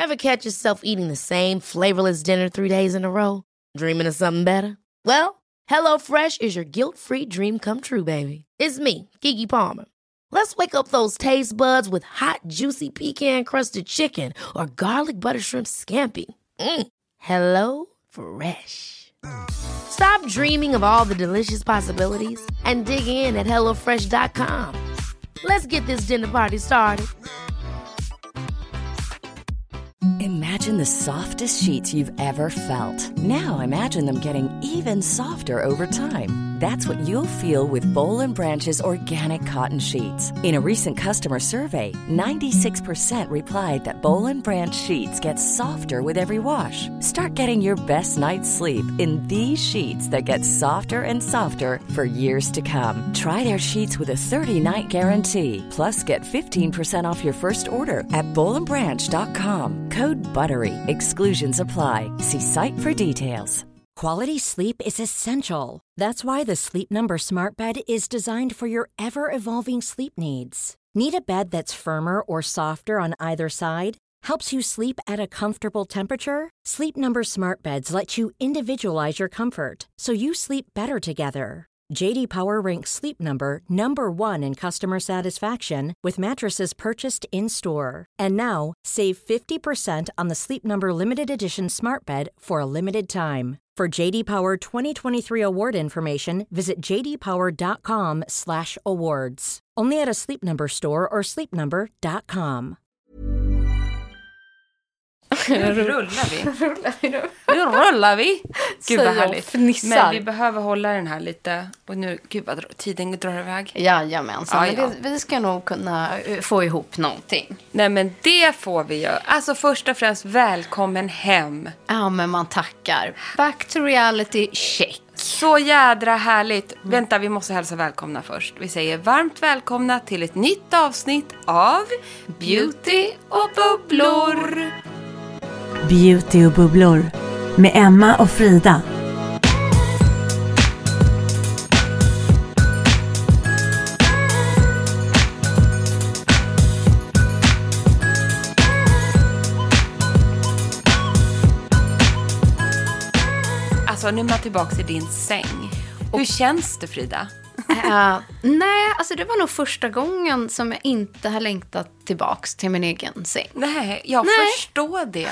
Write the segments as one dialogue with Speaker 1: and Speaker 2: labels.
Speaker 1: Ever catch yourself eating the same flavorless dinner 3 days in a row? Dreaming of something better? Well, HelloFresh is your guilt-free dream come true, baby. It's me, Keke Palmer. Let's wake up those taste buds with hot, juicy pecan-crusted chicken or garlic butter shrimp scampi. Hello Fresh. Stop dreaming of all the delicious possibilities and dig in at HelloFresh.com. Let's get this dinner party started.
Speaker 2: Imagine the softest sheets you've ever felt. Now imagine them getting even softer over time. That's what you'll feel with Boll & Branch's organic cotton sheets. In a recent customer survey, 96% replied that Boll & Branch sheets get softer with every wash. Start getting your best night's sleep in these sheets that get softer and softer for years to come. Try their sheets with a 30-night guarantee. Plus, get 15% off your first order at bollandbranch.com. Code BUTTERY. Exclusions apply. See site for details.
Speaker 3: Quality sleep is essential. That's why the Sleep Number Smart Bed is designed for your ever-evolving sleep needs. Need a bed that's firmer or softer on either side? Helps you sleep at a comfortable temperature? Sleep Number Smart Beds let you individualize your comfort, so you sleep better together. J.D. Power ranks Sleep Number #1 in customer satisfaction with mattresses purchased in-store. And now, save 50% on the Sleep Number Limited Edition Smart Bed for a limited time. For J.D. Power 2023 award information, visit jdpower.com/awards. Only at a Sleep Number store or sleepnumber.com.
Speaker 4: Nu rullar vi. Nu rullar vi. Gud vad härligt. Men vi behöver hålla den här lite. Och nu, gud vad tiden drar iväg.
Speaker 5: Jajamensan, men vi ska nog kunna få ihop någonting.
Speaker 4: Nej, men det får vi ju. Alltså först och främst, välkommen hem.
Speaker 5: Ja, men man tackar. Back to reality, check.
Speaker 4: Så jädra härligt. Vänta, vi måste hälsa välkomna först. Vi säger varmt välkomna till ett nytt avsnitt av Beauty och bubblor.
Speaker 6: Beauty och bubblor med Emma och Frida.
Speaker 4: Alltså, nu är man tillbaka i din säng. Hur känns det, Frida?
Speaker 5: Nej, alltså det var nog första gången som jag inte har längtat tillbaks till min egen säng.
Speaker 4: Nej, jag förstår det.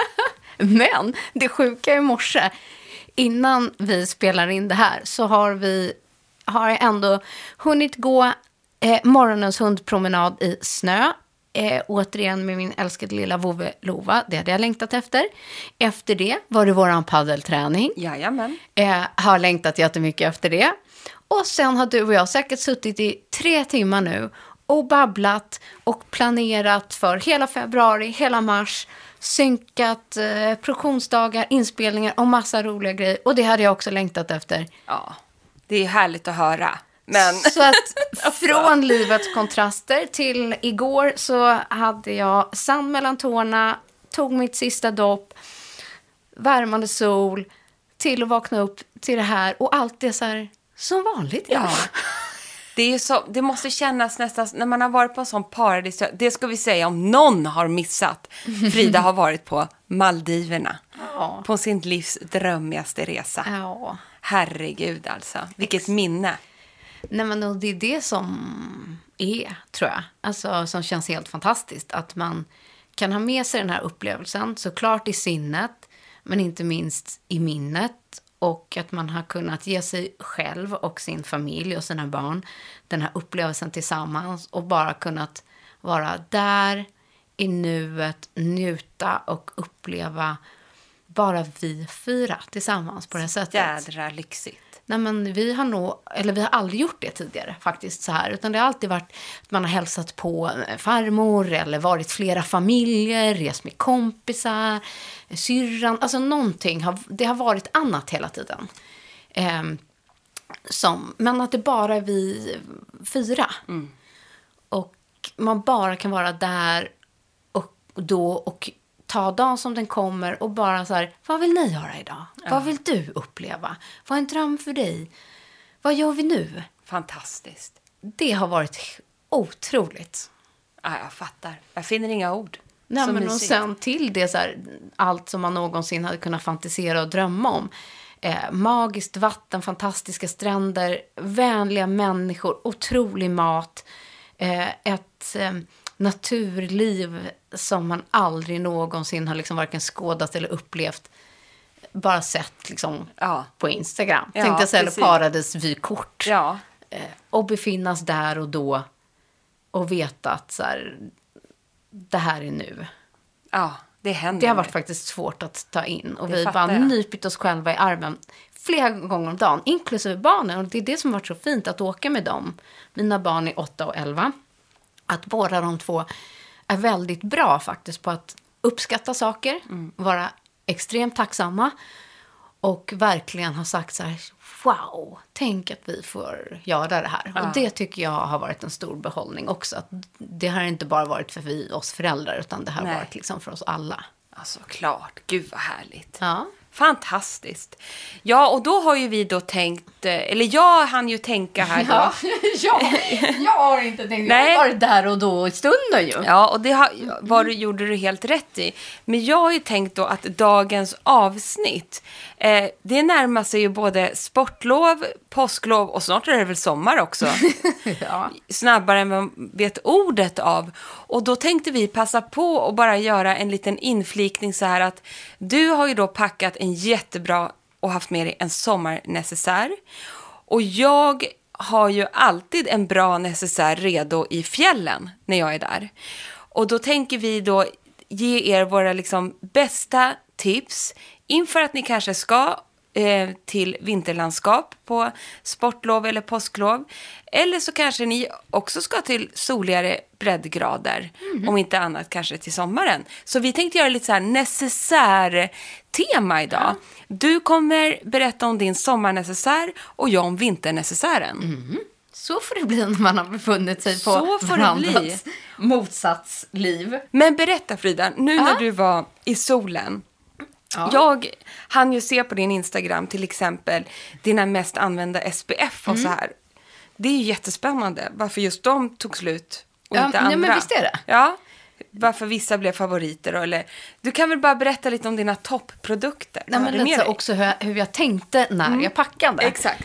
Speaker 5: Men det sjuka i morse, innan vi spelar in det här, så har jag ändå hunnit gå morgonens hundpromenad i snö. Återigen med min älskade lilla vovve Lova. Det hade jag längtat efter. Efter det var det våran paddelträning.
Speaker 4: Jajamän.
Speaker 5: Har längtat jättemycket efter det. Och sen har du och jag säkert suttit i 3 timmar nu och babblat och planerat för hela februari, hela mars, synkat produktionsdagar, inspelningar och massa roliga grejer. Och det hade jag också längtat efter.
Speaker 4: Ja, det är härligt att höra. Men...
Speaker 5: Så att från livets kontraster till igår så hade jag sand mellan tårna, tog mitt sista dopp, värmande sol, till att vakna upp till det här. Och allt det så här... Som vanligt,
Speaker 4: ja. Det är ju så, det måste kännas nästan när man har varit på en sån paradis. Det ska vi säga om någon har missat. Frida har varit på Maldiverna.
Speaker 5: Ja.
Speaker 4: På sin livs drömmigaste resa.
Speaker 5: Ja.
Speaker 4: Herregud alltså. Vilket minne.
Speaker 5: Nej, men det är det som är, tror jag. Alltså som känns helt fantastiskt. Att man kan ha med sig den här upplevelsen. Såklart i sinnet. Men inte minst i minnet. Och att man har kunnat ge sig själv och sin familj och sina barn den här upplevelsen tillsammans. Och bara kunnat vara där i nuet, njuta och uppleva bara vi 4 tillsammans på det sättet.
Speaker 4: Jädra lyxigt.
Speaker 5: Nej, men vi har aldrig gjort det tidigare faktiskt så här. Utan det har alltid varit att man har hälsat på farmor eller varit flera familjer, rest med kompisar, syrran. Alltså någonting, det har varit annat hela tiden. Men att det bara är vi 4. Mm. Och man bara kan vara där och ta dagen som den kommer och bara så här, vad vill ni göra idag? Ja. Vad vill du uppleva? Vad är en dröm för dig? Vad gör vi nu?
Speaker 4: Fantastiskt.
Speaker 5: Det har varit otroligt.
Speaker 4: Ja, jag fattar. Jag finner inga ord.
Speaker 5: Nej,
Speaker 4: Så
Speaker 5: men och
Speaker 4: mysigt.
Speaker 5: sen till det så här, allt som man någonsin hade kunnat fantisera och drömma om. Magiskt vatten, fantastiska stränder, vänliga människor, otrolig mat. Ett naturliv som man aldrig någonsin har liksom varken skådat eller upplevt. Bara sett liksom på Instagram.
Speaker 4: Ja,
Speaker 5: Tänkte jag säga,
Speaker 4: precis.
Speaker 5: paradisvykort.
Speaker 4: Ja.
Speaker 5: Och befinnas där och då. Och veta att så här, det här är nu.
Speaker 4: Ja, det händer.
Speaker 5: Det har
Speaker 4: nu.
Speaker 5: varit faktiskt svårt att ta in. Och
Speaker 4: Det
Speaker 5: vi
Speaker 4: fattar
Speaker 5: bara
Speaker 4: jag.
Speaker 5: nypit oss själva i armen flera gånger om dagen. Inklusive barnen. Och det är det som har varit så fint att åka med dem. Mina barn är 8 och 11. Att båda de två är väldigt bra faktiskt på att uppskatta saker. Vara extremt tacksamma. Och verkligen har sagt så här, wow, tänk att vi får göra det här. Och det tycker jag har varit en stor behållning också. Att det har inte bara varit för oss föräldrar, utan det har
Speaker 4: Nej.
Speaker 5: varit liksom för oss alla.
Speaker 4: Alltså klart, gud vad härligt.
Speaker 5: Ja.
Speaker 4: Fantastiskt. Ja, och då har ju vi då tänkt, eller jag hann ju tänka här då.
Speaker 5: Jag har inte tänkt.
Speaker 4: Nej.
Speaker 5: Jag har varit där och då i stunden ju.
Speaker 4: Ja, och det gjorde du helt rätt i. Men jag har ju tänkt då att dagens avsnitt, det närmar sig ju både sportlov, påsklov och snart är det väl sommar också.
Speaker 5: Ja.
Speaker 4: Snabbare än man vet ordet av. Och då tänkte vi passa på och bara göra en liten inflikning så här att du har ju då packat en jättebra och haft med dig en sommarnecessär. Och jag har ju alltid en bra necessär redo i fjällen när jag är där. Och då tänker vi då ge er våra liksom bästa tips inför att ni kanske ska till vinterlandskap på sportlov eller påsklov. Eller så kanske ni också ska till soligare breddgrader. Om inte annat kanske till sommaren. Så vi tänkte göra lite så här necessär tema idag. Du kommer berätta om din sommarnecessär och jag om vinternecessären.
Speaker 5: Så får det bli när man har befunnit sig på
Speaker 4: Så får det bli.
Speaker 5: varandras motsatsliv.
Speaker 4: Men berätta Frida, nu när du var i solen.
Speaker 5: Ja.
Speaker 4: Jag hann ju se på din Instagram till exempel dina mest använda SPF och så här. Det är ju jättespännande varför just de tog slut och inte andra.
Speaker 5: Ja, men visst är det.
Speaker 4: Ja, varför vissa blev favoriter. Eller, du kan väl bara berätta lite om dina toppprodukter.
Speaker 5: Nej, men lite så också hur jag tänkte när jag packade.
Speaker 4: Exakt.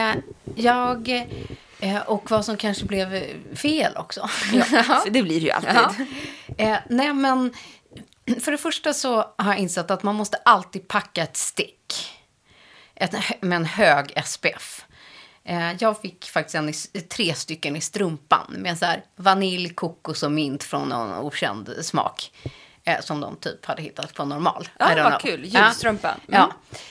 Speaker 5: Och vad som kanske blev fel också.
Speaker 4: Ja, så det blir det ju alltid.
Speaker 5: Nej, men för det första så har jag insett att man måste alltid packa ett stick. Med en hög SPF. Jag fick faktiskt 3 stycken i strumpan. Med så här vanilj, kokos och mint från någon okänd smak. Som de typ hade hittat på normal.
Speaker 4: Ja, vad kul. Julstrumpa.
Speaker 5: Ja.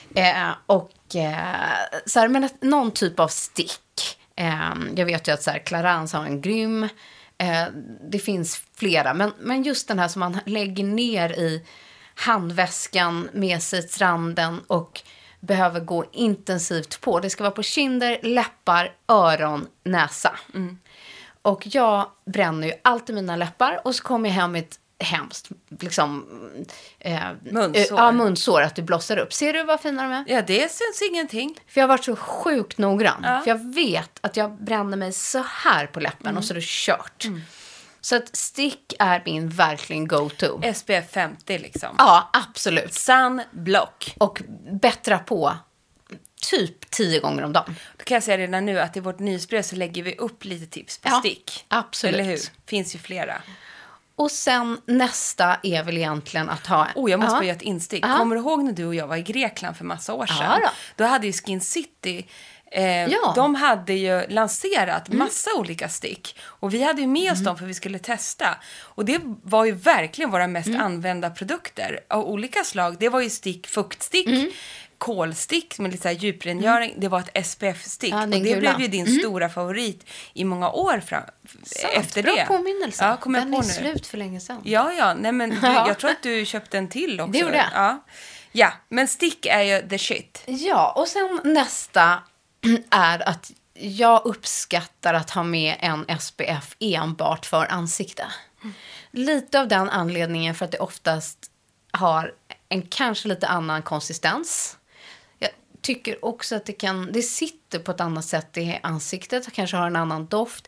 Speaker 5: Så här, men någon typ av stick. Jag vet ju att så här, Clarins har en grym. Det finns flera. Men just den här som man lägger ner i handväskan med sig till stranden och behöver gå intensivt på. Det ska vara på kinder, läppar, öron, näsa. Och jag bränner ju alltid mina läppar och så kommer jag hem med ett hemskt liksom,
Speaker 4: munsår.
Speaker 5: Munsår, att det blossar upp. Ser du vad fina de är?
Speaker 4: Ja, det syns ingenting.
Speaker 5: För jag har varit så sjukt noggrann. För jag vet att jag bränner mig så här på läppen och så är det kört. Så att stick är min verkligen go-to.
Speaker 4: SPF 50 liksom.
Speaker 5: Ja, absolut.
Speaker 4: Sunblock.
Speaker 5: Och bättra på typ 10 gånger om dagen.
Speaker 4: Då kan jag säga redan nu att i vårt nyhetsbrev så lägger vi upp lite tips på stick.
Speaker 5: Absolut.
Speaker 4: Eller hur? Finns ju flera.
Speaker 5: Och sen nästa är väl egentligen att ha...
Speaker 4: Jag måste bara göra ett instick. Kommer du ihåg när du och jag var i Grekland för massa år sedan? Då hade ju Skin City... De hade ju lanserat massa olika stick. Och vi hade ju med oss dem för vi skulle testa. Och det var ju verkligen våra mest använda produkter av olika slag. Det var ju fuktstick, kolstick med lite så här djuprengöring. Det var ett SPF-stick. och det blev ju din stora favorit i många år efter
Speaker 5: bra
Speaker 4: det.
Speaker 5: påminnelse.
Speaker 4: Ja, kommer jag
Speaker 5: den
Speaker 4: på
Speaker 5: är
Speaker 4: nu.
Speaker 5: slut för länge sedan.
Speaker 4: Ja. Nej, men jag tror att du köpte en till också.
Speaker 5: Det gjorde jag.
Speaker 4: Ja, men stick är ju the shit.
Speaker 5: Ja, och sen nästa är att jag uppskattar att ha med en SPF enbart för ansikte. Lite av den anledningen för att det oftast har en kanske lite annan konsistens. Jag tycker också att det sitter på ett annat sätt i ansiktet och kanske har en annan doft.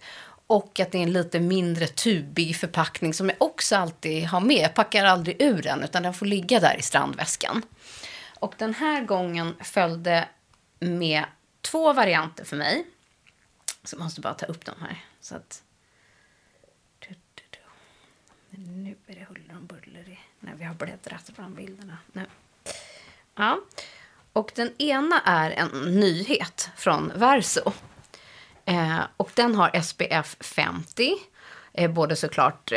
Speaker 5: Och att det är en lite mindre tubig förpackning som jag också alltid har med. Jag packar aldrig ur den utan den får ligga där i strandväskan. Och den här gången följde med 2 varianter för mig. Så jag måste bara ta upp dem här. Så att... Nu är det huller och buller när vi har bläddrat bland bilderna. Nu. Ja. Och den ena är en nyhet från Verso. Och den har SPF 50. Både såklart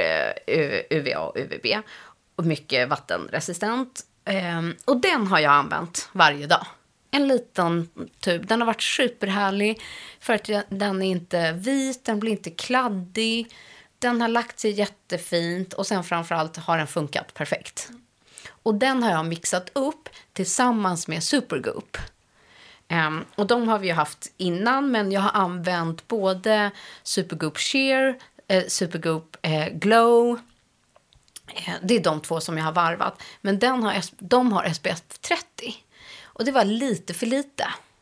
Speaker 5: UVA och UVB. Och mycket vattenresistent. Och den har jag använt varje dag. En liten tub. Den har varit superhärlig. För att den är inte vit. Den blir inte kladdig. Den har lagt sig jättefint. Och sen framförallt har den funkat perfekt. Och den har jag mixat upp tillsammans med Supergoop. Och de har vi ju haft innan. Men jag har använt både Supergoop Sheer, Supergoop Glow. Det är de 2 som jag har varvat. Men de har SPF 30. Och det var lite för lite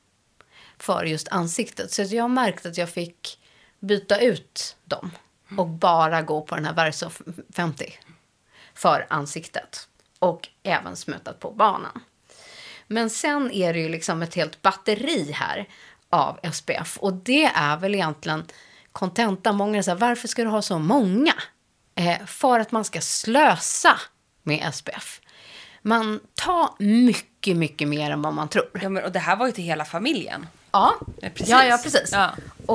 Speaker 5: för just ansiktet. Så jag märkte att jag fick byta ut dem. Och bara gå på den här Verso 50 för ansiktet. Och även smutat på banan. Men sen är det ju liksom ett helt batteri här av SPF. Och det är väl egentligen kontenta. Många säger, varför ska du ha så många? För att man ska slösa med SPF. Man tar mycket, mycket mer än vad man tror.
Speaker 4: Ja, men, och det här var ju till hela familjen.
Speaker 5: Ja,
Speaker 4: precis.
Speaker 5: Ja, precis.
Speaker 4: Ja.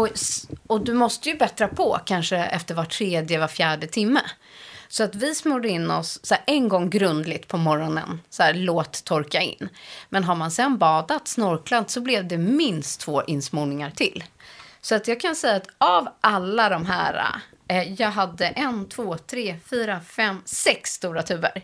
Speaker 5: Och du måste ju bättra på kanske efter var 3:e, var 4:e timme. Så att vi smorde in oss så här, en gång grundligt på morgonen. Så här, låt torka in. Men har man sen badat, snorklat så blev det minst 2 insmorningar till. Så att jag kan säga att av alla de här... jag hade 1, 2, 3, 4, 5, 6 stora tuber.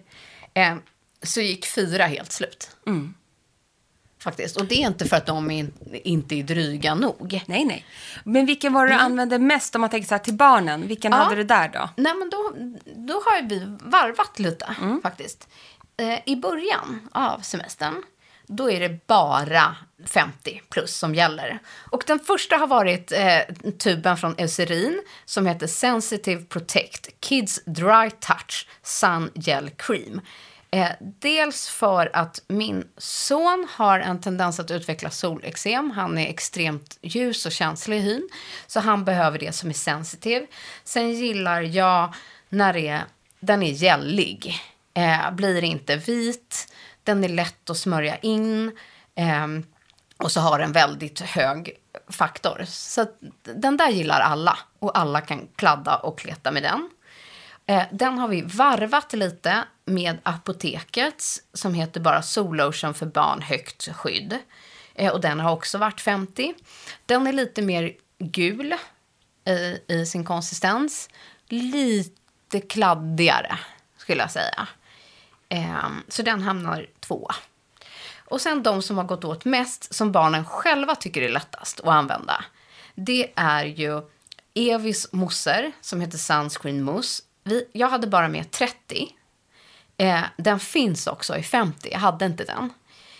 Speaker 5: Så gick 4 helt slut.
Speaker 4: Mm.
Speaker 5: Faktiskt. Och det är inte för att de inte är dryga nog.
Speaker 4: Nej. Men vilken var det du använde mest om man tänker så här till barnen? Vilken hade du där då?
Speaker 5: Nej, men då har vi varvat lite faktiskt. I början av semestern, då är det bara 50 plus som gäller. Och den första har varit tuben från Eucerin som heter Sensitive Protect Kids Dry Touch Sun Gel Cream. Dels för att min son har en tendens att utveckla solexem. Han är extremt ljus och känslig i hyn. Så han behöver det som är sensitiv. Sen gillar jag när den är gällig. Blir inte vit. Den är lätt att smörja in. Och så har den väldigt hög faktor. Så att den där gillar alla. Och alla kan kladda och kleta med den. Den har vi varvat lite med Apotekets som heter bara Sollotion för barn högt skydd. Och den har också varit 50. Den är lite mer gul i sin konsistens. Lite kladdigare skulle jag säga. Så den hamnar 2. Och sen de som har gått åt mest som barnen själva tycker är lättast att använda. Det är ju Evis mousser som heter Sunscreen Mousse. Jag hade bara med 30. Den finns också i 50. Jag hade inte den.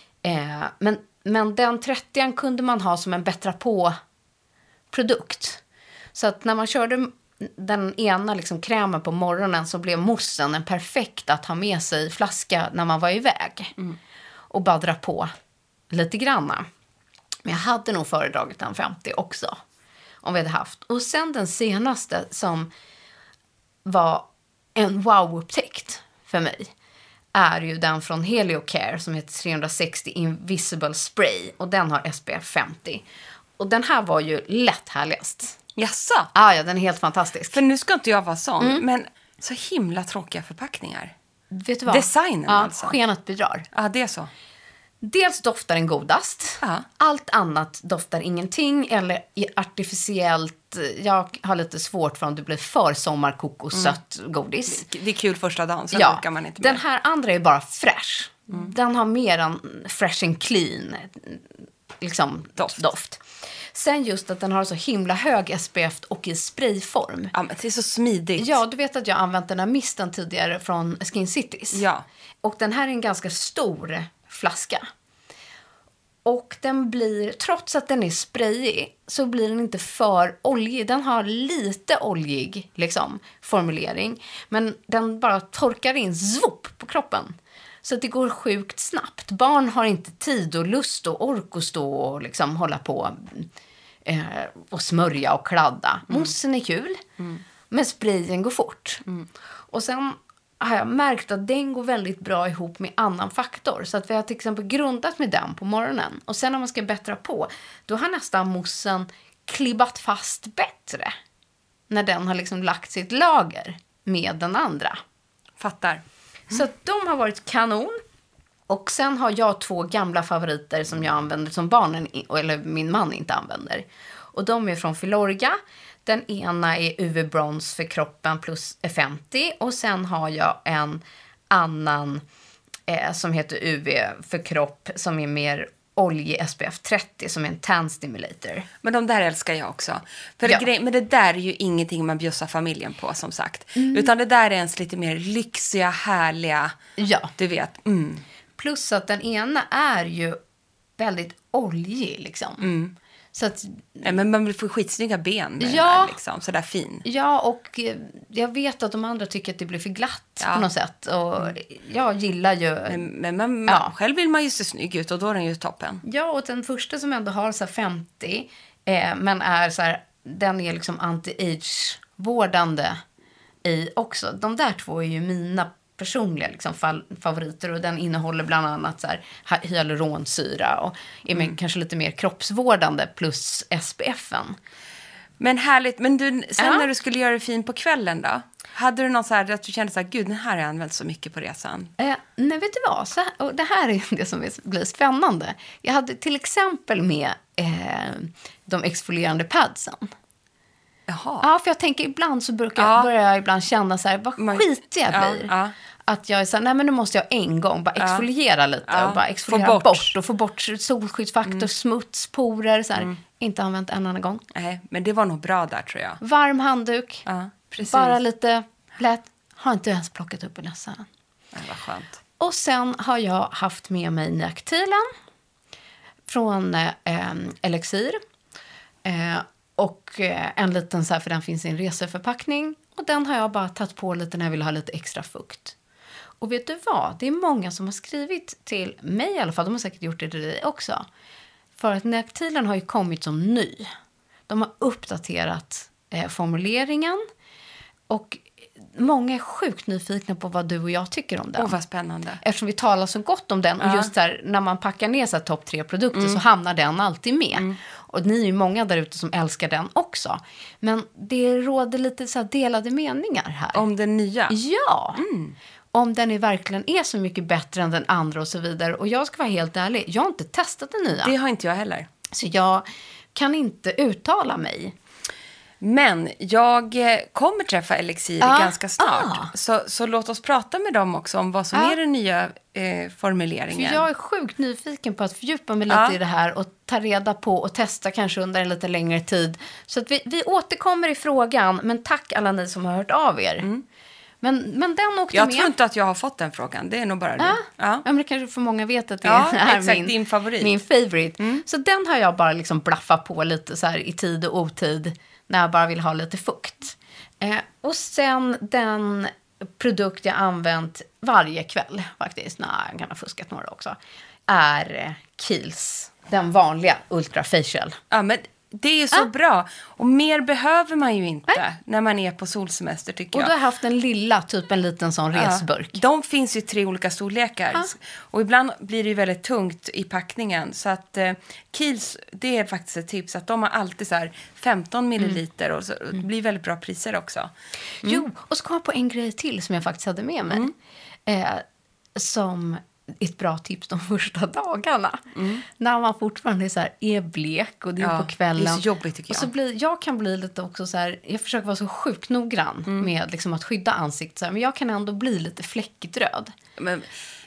Speaker 5: Men den 30 kunde man ha som en bättra på produkt. Så att när man körde den ena liksom krämen på morgonen så blev moussen en perfekt att ha med sig i flaska när man var iväg. Och bara dra på lite granna. Men jag hade nog föredragit den 50 också. Om vi hade haft. Och sen den senaste som var en wow-upptäckt för mig är ju den från Heliocare som heter 360 Invisible Spray. Och den har SPF 50. Och den här var ju lätt härligast.
Speaker 4: Jaså?
Speaker 5: Ja, den är helt fantastisk.
Speaker 4: För nu ska inte jag vara sån, men så himla tråkiga förpackningar.
Speaker 5: Vet du vad?
Speaker 4: Designen alltså.
Speaker 5: Skenet bedrar.
Speaker 4: Ja, det är så.
Speaker 5: Dels doftar den godast.
Speaker 4: Ja.
Speaker 5: Allt annat doftar ingenting. Eller artificiellt. Jag har lite svårt för om det blir för sommarkokosött godis.
Speaker 4: Det är kul första dagen, sen orkar man inte mer.
Speaker 5: Den här andra är bara fresh. Den har mer en fresh and clean liksom, doft. Sen just att den har så himla hög SPF och i sprayform.
Speaker 4: Ja, men det är så smidigt.
Speaker 5: Ja, du vet att jag använt den här misten tidigare från Skin Cities.
Speaker 4: Ja.
Speaker 5: Och den här är en ganska stor flaska. Och den blir, trots att den är sprayig, så blir den inte för oljig. Den har lite oljig liksom, formulering. Men den bara torkar in svop på kroppen. Så att det går sjukt snabbt. Barn har inte tid och lust och ork att stå och liksom hålla på och smörja och kladda. Moussen är kul, men sprayen går fort. Och sen har jag märkt att den går väldigt bra ihop med annan faktor. Så att vi har till exempel grundat med den på morgonen. Och sen när man ska bättra på, då har nästan moussen klibbat fast bättre. När den har liksom lagt sitt lager med den andra.
Speaker 4: Fattar.
Speaker 5: Så att de har varit kanon. Och sen har jag 2 gamla favoriter som jag använder som barnen, eller min man inte använder. Och de är från Filorga. Den ena är UV Bronze för kroppen plus 50. Och sen har jag en annan som heter UV för kropp som är mer oljig SPF 30 som är en tan stimulator.
Speaker 4: Men de där älskar jag också. För men det där är ju ingenting man bjussar familjen på, som sagt. Utan det där är ens lite mer lyxiga, härliga, du vet.
Speaker 5: Plus att den ena är ju väldigt oljig liksom. Så att,
Speaker 4: men man får skitsnygga ben med den där, liksom, sådär fin.
Speaker 5: Ja, och jag vet att de andra tycker att det blir för glatt på något sätt. Och jag gillar ju...
Speaker 4: Men själv vill man ju se snygg ut och då är den ju toppen.
Speaker 5: Ja, och den första som ändå har så här 50, men är så här, den är liksom anti-age-vårdande i också. De där 2 är ju mina personliga liksom, favoriter, och den innehåller bland annat så här, hyaluronsyra och är kanske lite mer kroppsvårdande plus SPF:en.
Speaker 4: Men härligt, men du, sen när du skulle göra det fin på kvällen då? Hade du någon så här att du kände så här, gud, den här har jag använt så mycket på resan?
Speaker 5: Nej, vet du vad? Och det här är det som blir spännande. Jag hade till exempel med de exfolierande padsen.
Speaker 4: Jaha.
Speaker 5: Ja, för jag tänker ibland så börjar jag ibland känna så här, vad skitig jag blir.
Speaker 4: Ja.
Speaker 5: Att jag är så här, nej men nu måste jag en gång bara exfoliera lite och bara exfoliera bort och få bort solskyddsfaktor, smuts, porer så här. Inte använt en annan gång.
Speaker 4: Nej, men det var nog bra där, tror jag.
Speaker 5: Varm handduk.
Speaker 4: Ja, precis.
Speaker 5: Bara lite lätt. Har inte ens plockat upp i näsan.
Speaker 4: Ja, vad skönt.
Speaker 5: Och sen har jag haft med mig Nyaktilen från Elixir. Och en liten så här, för den finns i en reseförpackning. Och den har jag bara tagit på lite när jag vill ha lite extra fukt. Och vet du vad? Det är många som har skrivit till mig i alla fall. De har säkert gjort det till dig också. För att Nyaktilen har ju kommit som ny. De har uppdaterat formuleringen. Och många är sjukt nyfikna på vad du och jag tycker om den.
Speaker 4: Vad spännande.
Speaker 5: Eftersom vi talar så gott om den. Och just där, när man packar ner så här topp 3 produkter så hamnar den alltid med. Och ni är ju många där ute som älskar den också. Men det råder lite så här delade meningar här.
Speaker 4: Om den nya?
Speaker 5: Ja. Om den verkligen är så mycket bättre än den andra och så vidare. Och jag ska vara helt ärlig, jag har inte testat den nya.
Speaker 4: Det har inte jag heller.
Speaker 5: Så jag kan inte uttala mig.
Speaker 4: Men jag kommer träffa Elixir ganska snart. Så låt oss prata med dem också om vad som är den nya formuleringen.
Speaker 5: För jag är sjukt nyfiken på att fördjupa mig lite i det här och ta reda på och testa kanske under en lite längre tid. Så att vi återkommer i frågan, men tack alla ni som har hört av er. Men den åkte
Speaker 4: jag
Speaker 5: med.
Speaker 4: tror inte att jag har fått den frågan. Det är nog bara du.
Speaker 5: Ja, men det kanske för många vet att det är
Speaker 4: din favorit.
Speaker 5: Min favorite. Så den har jag bara liksom blaffat på lite så här i tid och otid. När jag bara vill ha lite fukt. Och sen den produkt jag använt varje kväll faktiskt. Nej, jag kan ha fuskat några också. Är Kiehl's. Den vanliga Ultra Facial.
Speaker 4: Ja, men det är så bra. Och mer behöver man ju inte när man är på solsemester, tycker jag.
Speaker 5: Och du har haft en lilla, typ en liten sån resburk.
Speaker 4: De finns ju 3 olika storlekar. Och ibland blir det ju väldigt tungt i packningen. Så att Kiehl's, det är faktiskt ett tips. Att de har alltid så här 15 milliliter. Och så, det blir väldigt bra priser också.
Speaker 5: Jo, och så kom jag på en grej till som jag faktiskt hade med mig. Som ett bra tips de första dagarna. När man fortfarande är, så här, är blek och det är på kvällen.
Speaker 4: Det är så jobbigt, tycker jag.
Speaker 5: Och så jag kan bli lite också så här, jag försöker vara så sjukt noggrann med liksom att skydda ansiktet. Så här, men jag kan ändå bli lite fläckigt röd.
Speaker 4: Men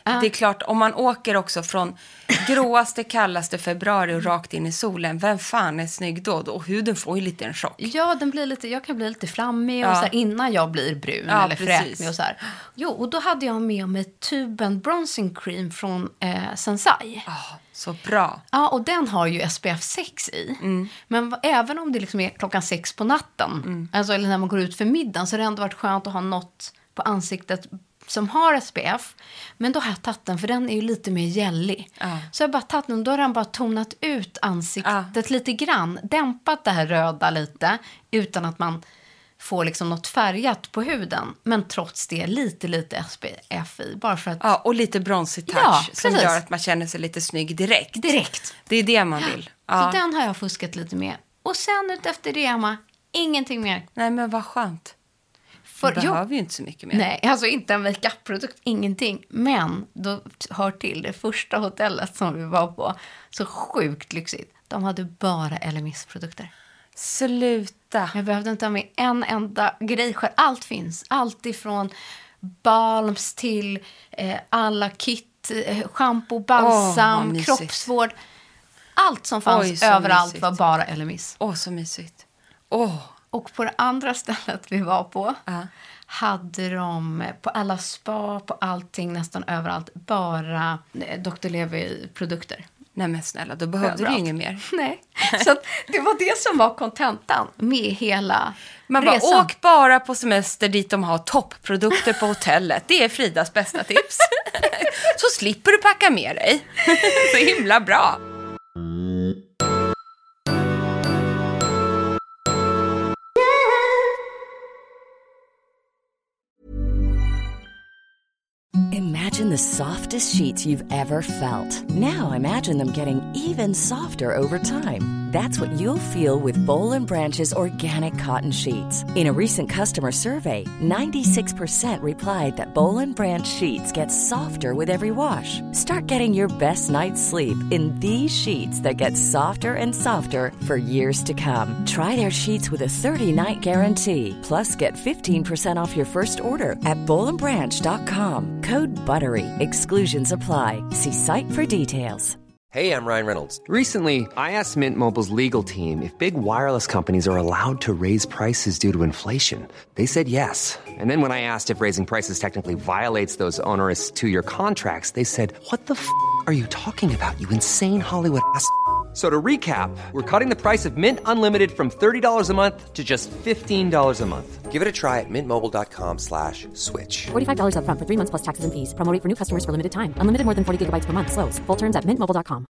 Speaker 4: Det är klart, om man åker också från gråaste, kallaste februari och rakt in i solen, vem fan är snygg då? Och huden får ju lite en chock.
Speaker 5: Ja, jag kan bli lite flammig och så här, innan jag blir brun eller fräknig och så här. Jo, och då hade jag med mig tuben bronzing cream från Sensai.
Speaker 4: Så bra.
Speaker 5: Ja, och den har ju SPF 6 i. Men även om det liksom är 6:00 på natten, alltså eller när man går ut för middagen, så har det ändå varit skönt att ha något på ansiktet som har SPF. Men då har jag tagit den, för den är ju lite mer gällig. Så jag har bara tagit den, då har den bara tonat ut ansiktet lite grann. Dämpat det här röda lite, utan att man får liksom något färgat på huden. Men trots det lite SPF i. Bara för att...
Speaker 4: Ja, och lite bronzig touch som gör att man känner sig lite snygg direkt. Det är det man vill.
Speaker 5: Så den har jag fuskat lite med. Och sen ut efter det, Emma, ingenting mer.
Speaker 4: Nej, men vad skönt. Du behöver ju inte så mycket mer.
Speaker 5: Nej, alltså inte en make-up-produkt, ingenting. Men då hör till det första hotellet som vi var på. Så sjukt lyxigt. De hade bara LMS-produkter.
Speaker 4: Sluta.
Speaker 5: Jag behövde inte ha med en enda grej själv. Allt finns. Allt ifrån balms till alla kit, shampoo, balsam, kroppsvård. Allt som fanns överallt var bara LMS.
Speaker 4: Så mysigt.
Speaker 5: Och på det andra stället vi var på hade de på alla spa, på allting, nästan överallt, bara Dr. Levi-produkter.
Speaker 4: Nej men snälla, då behövde du inget mer.
Speaker 5: Nej, så att det var det som var kontentan med hela
Speaker 4: Man
Speaker 5: resan.
Speaker 4: bara, åk bara på semester dit de har toppprodukter på hotellet. Det är Fridas bästa tips. Så slipper du packa med dig. Så himla bra.
Speaker 2: Imagine the softest sheets you've ever felt. Now imagine them getting even softer over time. That's what you'll feel with Boll & Branch's organic cotton sheets. In a recent customer survey, 96% replied that Boll & Branch sheets get softer with every wash. Start getting your best night's sleep in these sheets that get softer and softer for years to come. Try their sheets with a 30-night guarantee. Plus, get 15% off your first order at bollandbranch.com. Code BUTTERY. Exclusions apply. See site for details.
Speaker 7: Hey, I'm Ryan Reynolds. Recently, I asked Mint Mobile's legal team if big wireless companies are allowed to raise prices due to inflation. They said yes. And then when I asked if raising prices technically violates those onerous two-year contracts, they said, "What the f*** are you talking about, you insane Hollywood ass?" So to recap, we're cutting the price of Mint Unlimited from $30 a month to just $15 a month. Give it a try at mintmobile.com/switch.
Speaker 8: $45 up front for 3 months plus taxes and fees. Promo rate for new customers for limited time. Unlimited more than 40 gigabytes per month. Slows full terms at mintmobile.com.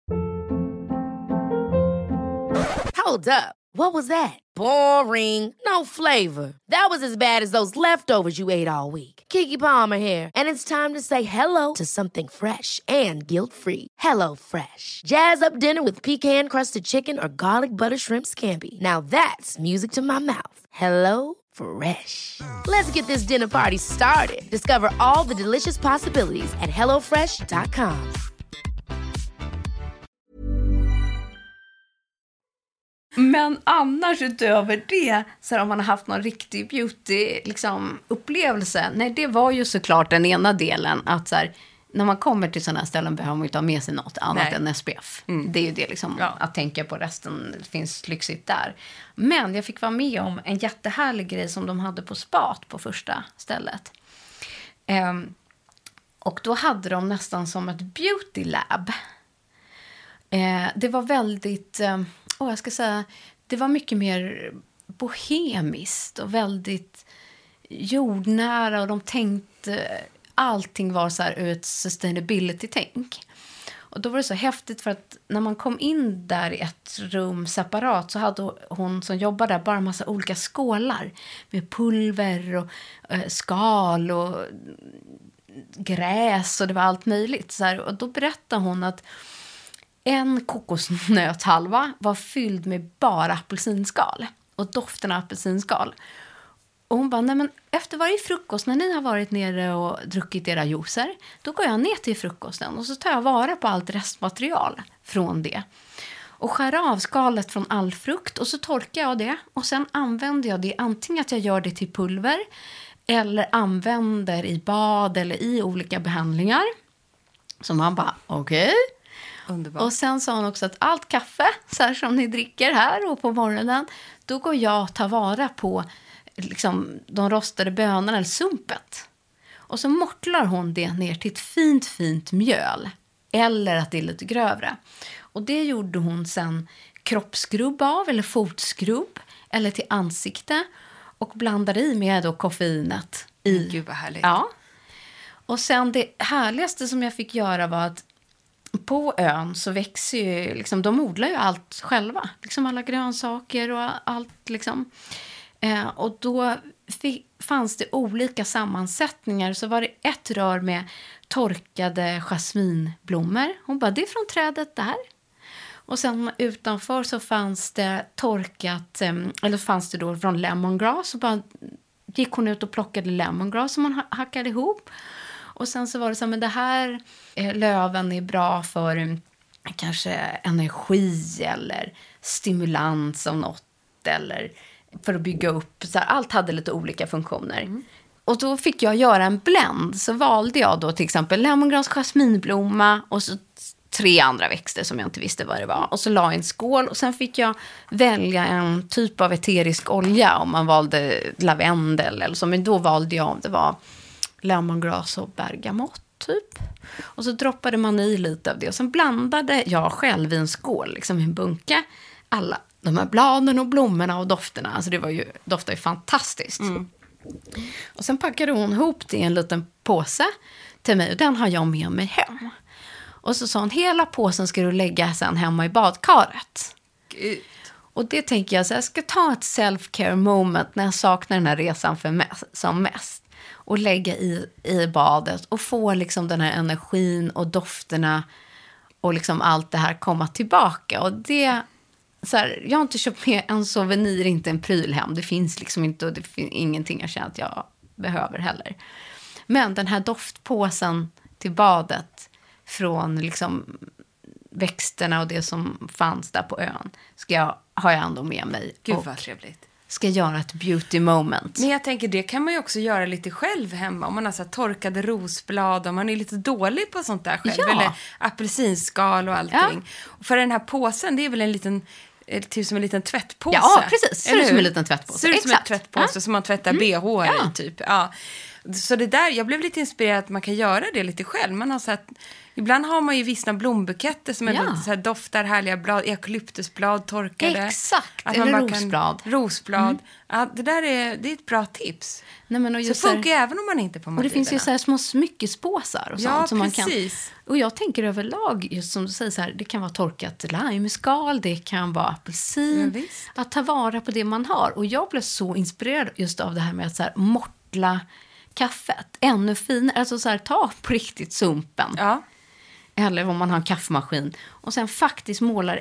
Speaker 1: Hold up. What was that? Boring. No flavor. That was as bad as those leftovers you ate all week. Keke Palmer here, and it's time to say hello to something fresh and guilt-free. Hello Fresh. Jazz up dinner with pecan-crusted chicken or garlic butter shrimp scampi. Now that's music to my mouth. Hello Fresh. Let's get this dinner party started. Discover all the delicious possibilities at hellofresh.com.
Speaker 5: Men annars utöver det, så om man har haft någon riktig beauty liksom, upplevelse, nej, det var ju såklart den ena delen, att så här, när man kommer till sådana här ställen behöver man inte ha med sig något annat än SPF. Det är ju det liksom, att tänka på, resten finns lyxigt där. Men jag fick vara med om en jättehärlig grej som de hade på spat på första stället. Och då hade de nästan som ett beauty lab. Det var väldigt... jag ska säga, det var mycket mer bohemiskt och väldigt jordnära, och de tänkte, allting var så här ur ett sustainability-tänk. Och då var det så häftigt, för att när man kom in där i ett rum separat, så hade hon som jobbade där bara en massa olika skålar med pulver och skal och gräs, och det var allt möjligt. Så här, och då berättade hon att en kokosnöthalva var fylld med bara apelsinskal och doften av apelsinskal. Och hon bara, nej men efter varje frukost när ni har varit nere och druckit era juicer, då går jag ner till frukosten och så tar jag vara på allt restmaterial från det. Och skär av skalet från all frukt, och så torkar jag det, och sen använder jag det, antingen att jag gör det till pulver eller använder i bad eller i olika behandlingar. Så man bara, okej.
Speaker 4: Underbart.
Speaker 5: Och sen sa hon också att allt kaffe så här som ni dricker här och på morgonen, då går jag och tar vara på liksom, de rostade bönorna eller sumpet. Och så mortlar hon det ner till ett fint mjöl. Eller att det är lite grövre. Och det gjorde hon sen kroppsskrubb av, eller fotskrubb, eller till ansikte. Och blandade i med då koffeinet.
Speaker 4: Gud vad härligt.
Speaker 5: Ja. Och sen det härligaste som jag fick göra var att på ön så växer ju, liksom, de odlar ju allt själva. Liksom alla grönsaker och allt liksom. Och då fanns det olika sammansättningar. Så var det ett rör med torkade jasminblommor. Hon bara, det är från trädet där. Och sen utanför så fanns det torkat, eller fanns det då från lemongrass. Så bara gick hon ut och plockade lemongrass som hon hackade ihop. Och sen så var det så här, men det här löven är bra för kanske energi eller stimulans av något. Eller för att bygga upp. Så här, allt hade lite olika funktioner. Mm. Och då fick jag göra en blend. Så valde jag då till exempel lemongrass, jasminblomma och så 3 andra växter som jag inte visste vad det var. Och så la jag en skål och sen fick jag välja en typ av eterisk olja om man valde lavendel eller så. Men då valde jag om det var lemongrass och bergamott typ. Och så droppade man i lite av det. Och sen blandade jag själv i en skål, liksom i en bunke, alla de här bladen och blommorna och dofterna. Alltså det doftade ju fantastiskt. Mm. Och sen packade hon ihop det i en liten påse till mig. Och den har jag med mig hem. Och så sa hon, hela påsen ska du lägga sen hemma i badkaret.
Speaker 4: Gud.
Speaker 5: Och det tänker jag, så jag ska ta ett self-care moment när jag saknar den här resan som mest. Och lägga i badet och få liksom den här energin och dofterna och liksom allt det här komma tillbaka. Och det, så här, jag har inte köpt med en souvenir, inte en pryl hem. Det finns liksom inte, och det finns ingenting jag känner att jag behöver heller. Men den här doftpåsen till badet från liksom växterna och det som fanns där på ön har jag ändå med mig.
Speaker 4: Gud vad trevligt.
Speaker 5: Ska göra ett beauty moment.
Speaker 4: Men jag tänker, det kan man ju också göra lite själv hemma. Om man har så här torkade rosblad, om man är lite dålig på sånt där själv. Ja. Eller apelsinskal och allting. Ja. Och för den här påsen, det är väl en liten, typ som en liten tvättpåse.
Speaker 5: Ja, precis. Ser ut som en liten tvättpåse.
Speaker 4: Ser ut som en tvättpåse som man tvättar BH i typ. Ja. Så det där, jag blev lite inspirerad att man kan göra det lite själv. Man har så att ibland har man ju vissna blombuketter som är så här doftar härliga blad, eukalyptusblad torkade.
Speaker 5: Exakt, eller rosblad.
Speaker 4: Rosblad. Ja, det är ett bra tips.
Speaker 5: Nej, men och
Speaker 4: så funkar även om man inte på Maldiverna.
Speaker 5: Och det finns ju så här små smyckespåsar och sånt som
Speaker 4: precis.
Speaker 5: Man kan. Och jag tänker överlag, just som du säger så här, det kan vara torkat limeskal, det kan vara apelsin. Ja, att ta vara på det man har. Och jag blev så inspirerad just av det här med att så här mortla kaffet ännu finare, alltså så här, ta på riktigt sumpen. Ja. Eller om man har en kaffemaskin. Och sen faktiskt malar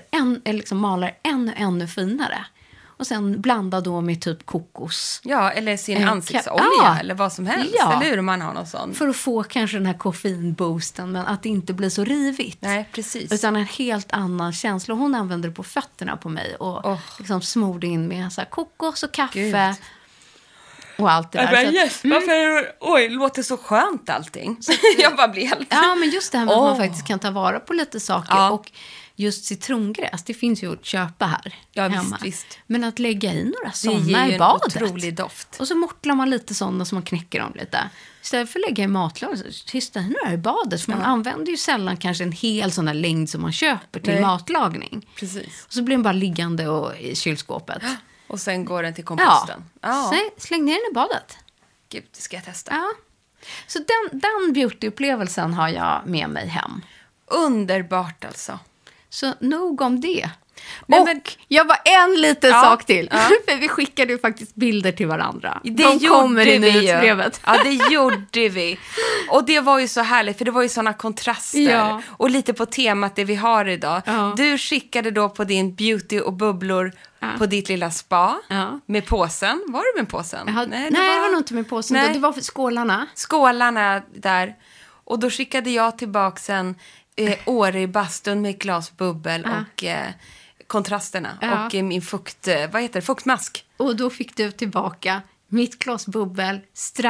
Speaker 5: ännu finare. Och sen blanda då med typ kokos.
Speaker 4: Ja, eller sin ansiktsolja eller vad som helst. Ja. Eller hur man har något sånt.
Speaker 5: För att få kanske den här koffeinboosten, men att det inte blir så rivigt.
Speaker 4: Nej, precis.
Speaker 5: Utan en helt annan känsla. Hon använde det på fötterna på mig och liksom smorde in med så här kokos och kaffe. Gud. Och allt det där.
Speaker 4: Oj, det låter så skönt allting. Jag bara blir helt...
Speaker 5: Ja, men just det här med att man faktiskt kan ta vara på lite saker. Ja. Och just citrongräs, det finns ju att köpa här hemma. Visst. Men att lägga i några sådana i badet.
Speaker 4: Det ger en otrolig doft.
Speaker 5: Och så mortlar man lite sådana som man knäcker dem lite. Istället för att lägga i matlagning, så tysta i några i badet. För man använder ju sällan kanske en hel sån här längd som man köper till matlagning.
Speaker 4: Precis.
Speaker 5: Och så blir den bara liggande i kylskåpet.
Speaker 4: Och sen går den till komposten.
Speaker 5: Ja. Släng ner den i badet.
Speaker 4: Gud, det ska jag testa.
Speaker 5: Ja. Så den beautyupplevelsen har jag med mig hem.
Speaker 4: Underbart alltså.
Speaker 5: Så nog om det. Jag var en liten sak till. Ja. För vi skickade ju faktiskt bilder till varandra.
Speaker 4: De kommer i nyhetsbrevet. Ja, det gjorde vi. Och det var ju så härligt, för det var ju såna kontraster. Ja. Och lite på temat det vi har idag. Ja. Du skickade då på din beauty och bubblor på ditt lilla spa med påsen. Var det med påsen?
Speaker 5: Nej, det var nog inte med påsen. Nej. Det var för skålarna.
Speaker 4: Skålarna där. Och då skickade jag tillbaka en Åre i bastun med glasbubbel och kontrasterna och min fuktmask.
Speaker 5: Och då fick du tillbaka mittglasbubbel,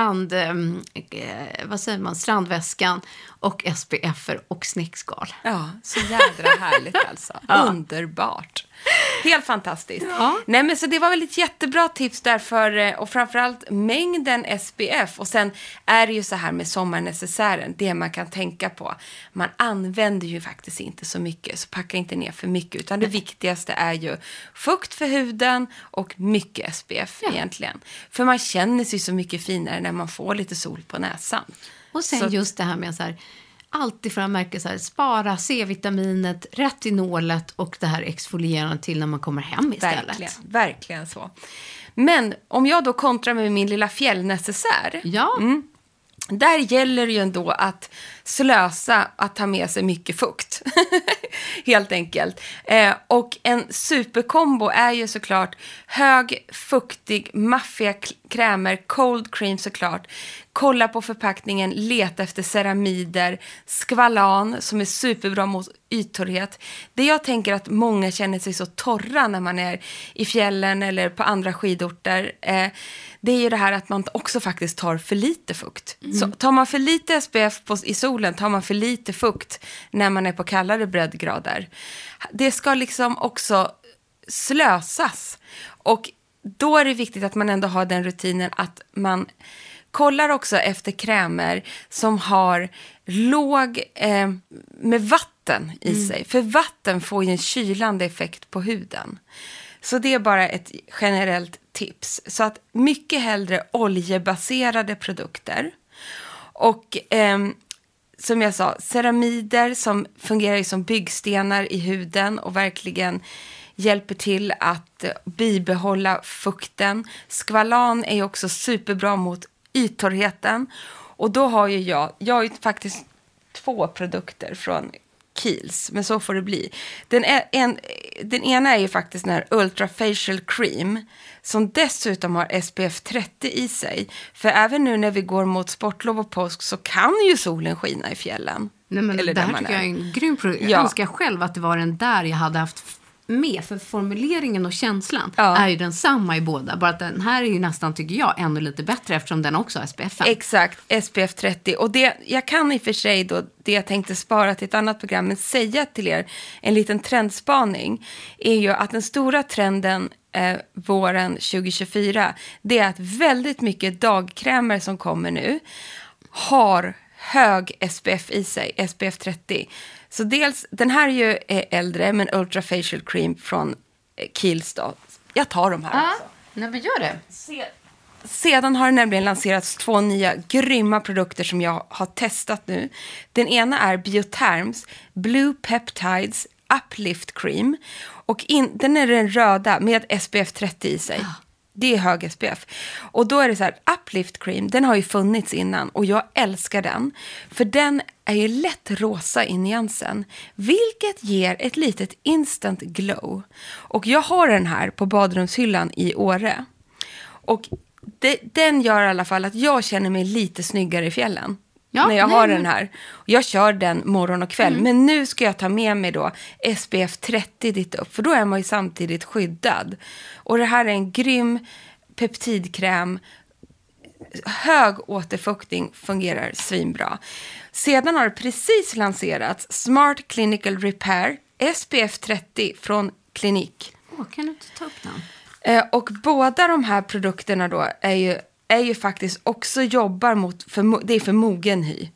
Speaker 5: strandväskan och SPF-er och snäckskal.
Speaker 4: Ja, så jädra härligt alltså. Underbart. Helt fantastiskt.
Speaker 5: Ja.
Speaker 4: Nej, men så det var väl ett jättebra tips därför, och framförallt mängden SPF. Och sen är det ju så här med sommarnecessären, det man kan tänka på. Man använder ju faktiskt inte så mycket, så packa inte ner för mycket. Utan det viktigaste är ju fukt för huden och mycket SPF egentligen. För man känner sig så mycket finare när man får lite sol på näsan.
Speaker 5: Och sen
Speaker 4: så,
Speaker 5: just det här med så här, alltid för att märka så här, spara C-vitaminet, retinolet och det här exfolierande till när man kommer hem istället.
Speaker 4: Verkligen så. Men om jag då kontrar med min lilla fjällnecessär.
Speaker 5: Ja.
Speaker 4: Där gäller det ju ändå att slösa, att ta med sig mycket fukt. Helt enkelt. Och en superkombo är ju såklart hög, fuktig, maffiga krämer, cold cream såklart. Kolla på förpackningen, leta efter ceramider, skvalan som är superbra mot yttorrhet. Det jag tänker att många känner sig så torra när man är i fjällen eller på andra skidorter. Det är ju det här att man också faktiskt tar för lite fukt. Så tar man för lite SPF i solen, tar man för lite fukt när man är på kallare breddgrader. Det ska liksom också slösas. Och då är det viktigt att man ändå har den rutinen att man kollar också efter krämer som har låg med vatten i sig. För vatten får ju en kylande effekt på huden. Så det är bara ett generellt tips. Så att mycket hellre oljebaserade produkter. Och som jag sa, ceramider som fungerar som byggstenar i huden och verkligen hjälper till att bibehålla fukten. Skvalan är också superbra mot yttorrheten. Och då har ju jag har ju faktiskt 2 produkter från Kiehl's, men så får det bli. Den ena är ju faktiskt den här Ultra Facial Cream som dessutom har SPF 30 i sig. För även nu när vi går mot sportlov och påsk så kan ju solen skina i fjällen.
Speaker 5: Nej, men
Speaker 4: eller
Speaker 5: det här tycker jag är en grym produkt. Jag önskar själv att det var den där jag hade haft med, för formuleringen och känslan är ju densamma i båda. Bara att den här är ju nästan, tycker jag, ännu lite bättre eftersom den också har SPF.
Speaker 4: Exakt, SPF 30. Och det, jag kan i och för sig då, det jag tänkte spara till ett annat program, men säga till er en liten trendspaning är ju att den stora trenden våren 2024, det är att väldigt mycket dagkrämer som kommer nu har hög SPF i sig, SPF 30. Så dels, den här är ju äldre, men Ultra Facial Cream från Kiehl's då. Jag tar de här också.
Speaker 5: Nej, men gör det.
Speaker 4: Sedan har det nämligen lanserats 2 nya grymma produkter som jag har testat nu. Den ena är Bioterms Blue Peptides Uplift Cream. Och den är den röda med SPF 30 i sig. Det är hög SPF. Och då är det så här, Uplift Cream, den har ju funnits innan och jag älskar den. För den är ju lätt rosa i nyansen, vilket ger ett litet instant glow. Och jag har den här på badrumshyllan i Åre. Och den gör i alla fall att jag känner mig lite snyggare i fjällen. När jag har den här. Jag kör den morgon och kväll. Men nu ska jag ta med mig då SPF 30 dit upp. För då är man ju samtidigt skyddad. Och det här är en grym peptidkräm. Hög återfuktning, fungerar svinbra. Sedan har det precis lanserats Smart Clinical Repair SPF 30 från Clinique.
Speaker 5: Kan du inte ta upp den?
Speaker 4: Och båda de här produkterna då är ju faktiskt också jobbar mot, det är för mogen hy.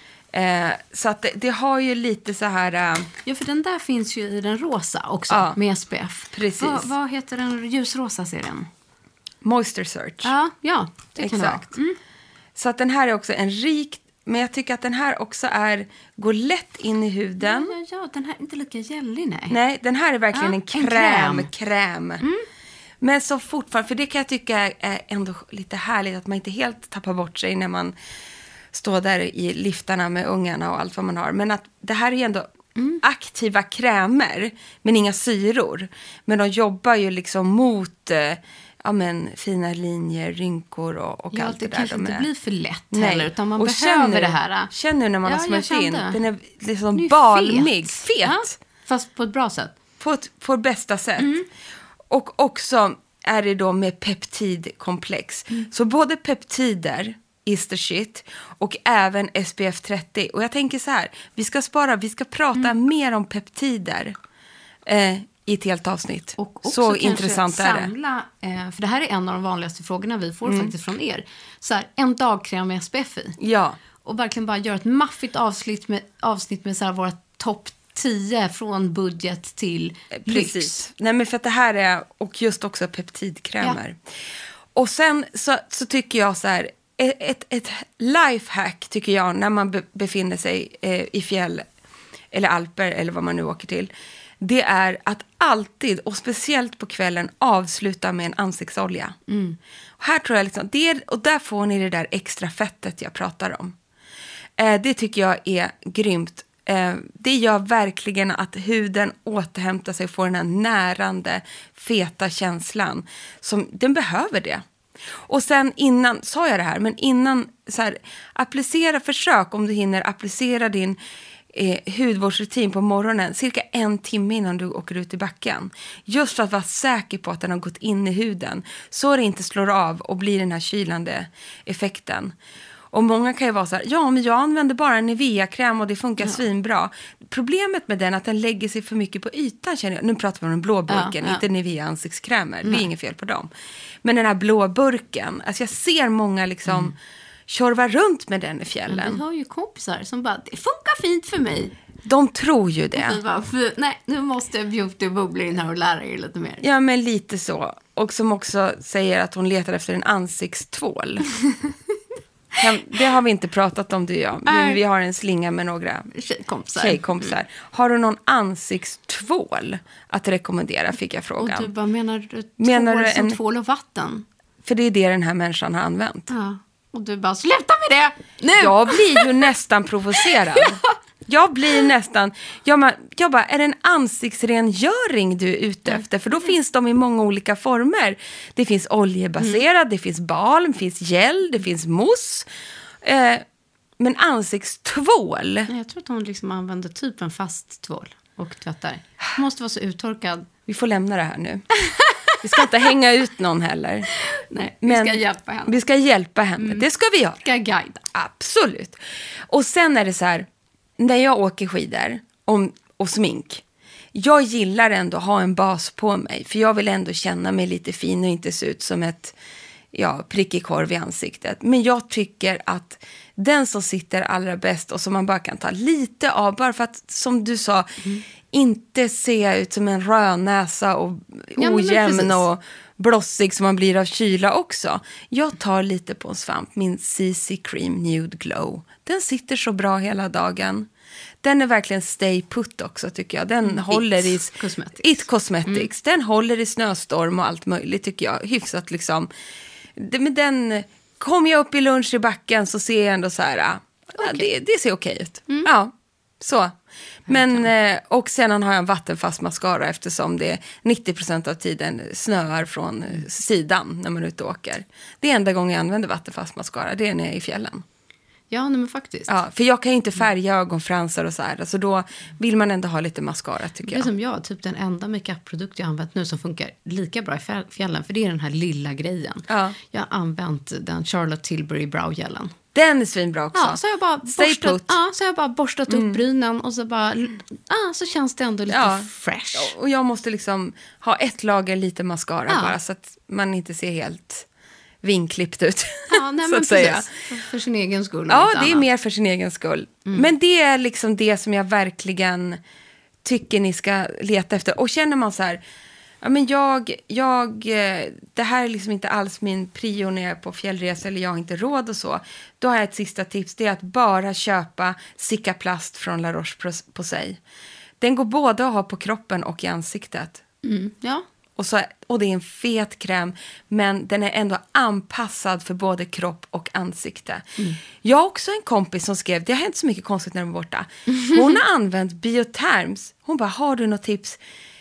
Speaker 4: Så att det har ju lite så här...
Speaker 5: Ja, för den där finns ju i den rosa också, med SPF.
Speaker 4: Precis.
Speaker 5: Vad heter den ljusrosa serien?
Speaker 4: Moisture Search.
Speaker 5: Ja, det kan
Speaker 4: exakt. Så att den här är också en rik... Men jag tycker att den här också går lätt in i huden.
Speaker 5: Ja, den här är inte lika gällig, nej.
Speaker 4: Nej, den här är verkligen en kräm. Men så fortfarande, för det kan jag tycka är ändå lite härligt att man inte helt tappar bort sig när man står där i liftarna med ungarna och allt vad man har. Men att det här är ändå aktiva krämer, men inga syror. Men de jobbar ju liksom mot fina linjer, rynkor och allt det där.
Speaker 5: Det kanske inte blir för lätt heller, utan man
Speaker 4: och
Speaker 5: behöver det här.
Speaker 4: Känner när man har smört in. Den är liksom balmig, fet.
Speaker 5: Fast på ett bra sätt.
Speaker 4: På bästa sätt. Och också är det då med peptidkomplex. Så både peptider is the shit och även SPF 30. Och jag tänker så här, vi ska prata mer om peptider i ett helt avsnitt.
Speaker 5: Och också
Speaker 4: så intressant är det.
Speaker 5: Samla, för det här är en av de vanligaste frågorna vi får faktiskt från er. Så här, en dagkräm med SPF i.
Speaker 4: Ja.
Speaker 5: Och verkligen bara göra ett maffigt avsnitt med så här våra topp 10 från budget till lyx.
Speaker 4: Precis. Nej, men för att det här är, och just också peptidkrämer. Ja. Och sen så tycker jag så här, ett lifehack tycker jag när man befinner sig i fjäll eller alper eller vad man nu åker till. Det är att alltid, och speciellt på kvällen, avsluta med en ansiktsolja. Och här tror jag liksom, och där får ni det där extra fettet jag pratar om. Det tycker jag är grymt. Det gör verkligen att huden återhämtar sig och får den här närande, feta känslan. Den behöver det. Och sen innan, sa jag det här, men innan så här, försök om du hinner applicera din hudvårdsrutin på morgonen cirka 1 timme innan du åker ut i backen. Just för att vara säker på att den har gått in i huden så det inte slår av och blir den här kylande effekten. Och många kan ju vara så här, ja men jag använder bara en Nivea-kräm och det funkar svinbra. Problemet med den är att den lägger sig för mycket på ytan, känner jag. Nu pratar vi om den blå burken, inte Nivea-ansiktskrämer. Det är inget fel på dem. Men den här blå burken, alltså jag ser många liksom tjorva runt med den i fjällen.
Speaker 5: Men vi har ju kompisar som bara, det funkar fint för mig.
Speaker 4: De tror ju det.
Speaker 5: Bara, nej, nu måste Beauty bubbla in här och lära er lite mer.
Speaker 4: Ja, men lite så. Och som också säger att hon letar efter en ansiktstvål. Det har vi inte pratat om, du och jag. Vi har en slinga med några tjejkompisar. Har du någon ansiktstvål att rekommendera, fick jag frågan.
Speaker 5: Och du bara, menar du som tvål och vatten?
Speaker 4: För det är det den här människan har använt.
Speaker 5: Ja. Och du bara, sluta med det nu!
Speaker 4: Jag blir ju nästan provocerad. Jag blir nästan... Jag bara, är det en ansiktsrengöring du är ute efter? För då finns de i många olika former. Det finns oljebaserad, det finns balm, det finns gel, det finns mousse. Men ansiktstvål...
Speaker 5: Jag tror att hon liksom använder typ en fast tvål och tvättar. Hon måste vara så uttorkad.
Speaker 4: Vi får lämna det här nu. Vi ska inte hänga ut någon heller.
Speaker 5: Nej, vi ska hjälpa henne.
Speaker 4: Vi ska hjälpa henne, det ska vi göra.
Speaker 5: Ska guida.
Speaker 4: Absolut. Och sen är det så här, när jag åker skidor och smink, jag gillar ändå att ha en bas på mig. För jag vill ändå känna mig lite fin och inte se ut som ett prickig korv i ansiktet. Men jag tycker att den som sitter allra bäst och som man bara kan ta lite av, bara för att, som du sa, inte se ut som en rönnäsa och ojämn och blossig som man blir av kyla också. Jag tar lite på en svamp, min CC Cream Nude Glow. Den sitter så bra hela dagen. Den är verkligen stay put också, tycker jag. Den håller i It Cosmetics. Den håller i snöstorm och allt möjligt, tycker jag. Hyfsat liksom. Men den, kom jag upp i lunch i backen så ser jag ändå så här, det ser okej ut. Ja, så. Men, och sedan har jag en vattenfast mascara eftersom det 90% av tiden snöar från sidan när man är ute och åker. Det är enda gången jag använder vattenfast mascara, det är när jag är i fjällen.
Speaker 5: Ja, men faktiskt.
Speaker 4: Ja, för jag kan ju inte färga ögonfransar och så här. Så då vill man ändå ha lite mascara, tycker jag.
Speaker 5: Det är som jag, typ den enda makeup-produkt jag har använt nu som funkar lika bra i fjällen. För det är den här lilla grejen. Ja. Jag har använt den Charlotte Tilbury Brow-gelen.
Speaker 4: Den är svinbra också.
Speaker 5: Ja, så har jag bara borstat upp brynen och så bara, så känns det ändå lite fresh.
Speaker 4: Och jag måste liksom ha ett lager lite mascara bara så att man inte ser helt vinklippt ut.
Speaker 5: Ja, nej, men precis. För sin egen skull.
Speaker 4: Ja, det är mer för sin egen skull. Men det är liksom det som jag verkligen tycker ni ska leta efter. Och känner man så här, ja men det här är liksom inte alls min prio när jag är på fjällresa eller jag har inte råd och så. Då har jag ett sista tips, det är att bara köpa Cicaplast från La Roche-Posay. Den går både att ha på kroppen och i ansiktet.
Speaker 5: Ja.
Speaker 4: Och det är en fet kräm, men den är ändå anpassad för både kropp och ansikte. Jag har också en kompis som skrev, det har hänt så mycket konstigt när de var borta. Hon har använt Bioterms. Hon bara, har du något tips?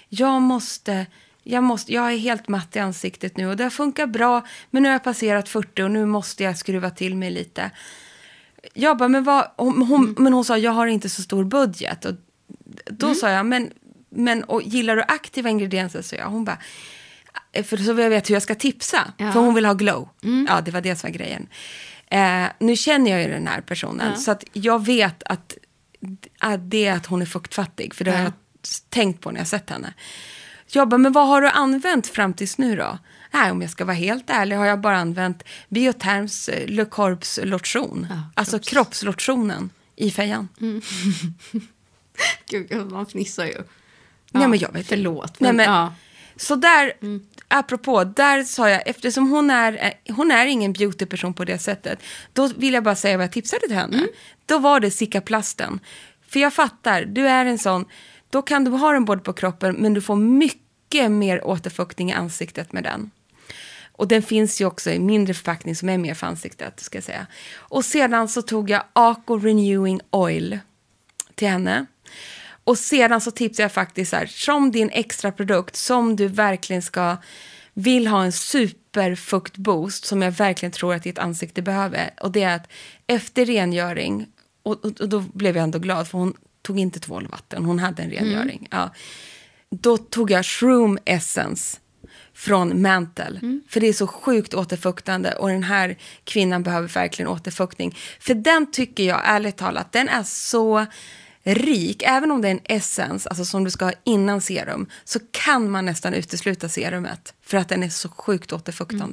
Speaker 4: Jag är helt matt i ansiktet nu och det funkar bra, men nu har jag passerat 40 och nu måste jag skruva till mig lite. Jag bara, men hon sa, jag har inte så stor budget. Och då sa jag, men och gillar du aktiva ingredienser? Så hon bara, för så vill jag veta hur jag ska tipsa.
Speaker 5: Ja.
Speaker 4: För hon vill ha glow. Ja, det var det som var grejen. Nu känner jag ju den här personen. Så att jag vet att det är att hon är fuktfattig. För det har jag tänkt på när jag sett henne. Jag bara, men vad har du använt fram tills nu då? Nej, om jag ska vara helt ärlig har jag bara använt Bioterms Le Corps lotion. Alltså kroppslotionen i fejan.
Speaker 5: Gud, man fnissar ju.
Speaker 4: Nej, men jag vet.
Speaker 5: Förlåt.
Speaker 4: Nej, men, så där, apropå, där sa jag, eftersom hon är ingen beautyperson på det sättet, då vill jag bara säga vad jag tipsade till henne. Då var det Cicaplasten. För jag fattar, du är en sån, då kan du ha den både på kroppen, men du får mycket mer återfuktning i ansiktet med den. Och den finns ju också i mindre förpackning som är mer för ansiktet, ska jag säga. Och sedan så tog jag Aco Renewing Oil till henne. Och sedan så tipsar jag faktiskt här, som din extra produkt, som du verkligen vill ha en superfuktboost, som jag verkligen tror att ditt ansikte behöver. Och det är att efter rengöring, och då blev jag ändå glad, för hon tog inte tvålvatten, hon hade en rengöring. Ja. Då tog jag Shroom Essence från Mantle. För det är så sjukt återfuktande, och den här kvinnan behöver verkligen återfuktning. För den tycker jag, ärligt talat, den är så rik. Även om det är en essence, alltså som du ska ha innan serum, så kan man nästan utesluta serumet. För att den är så sjukt återfuktande.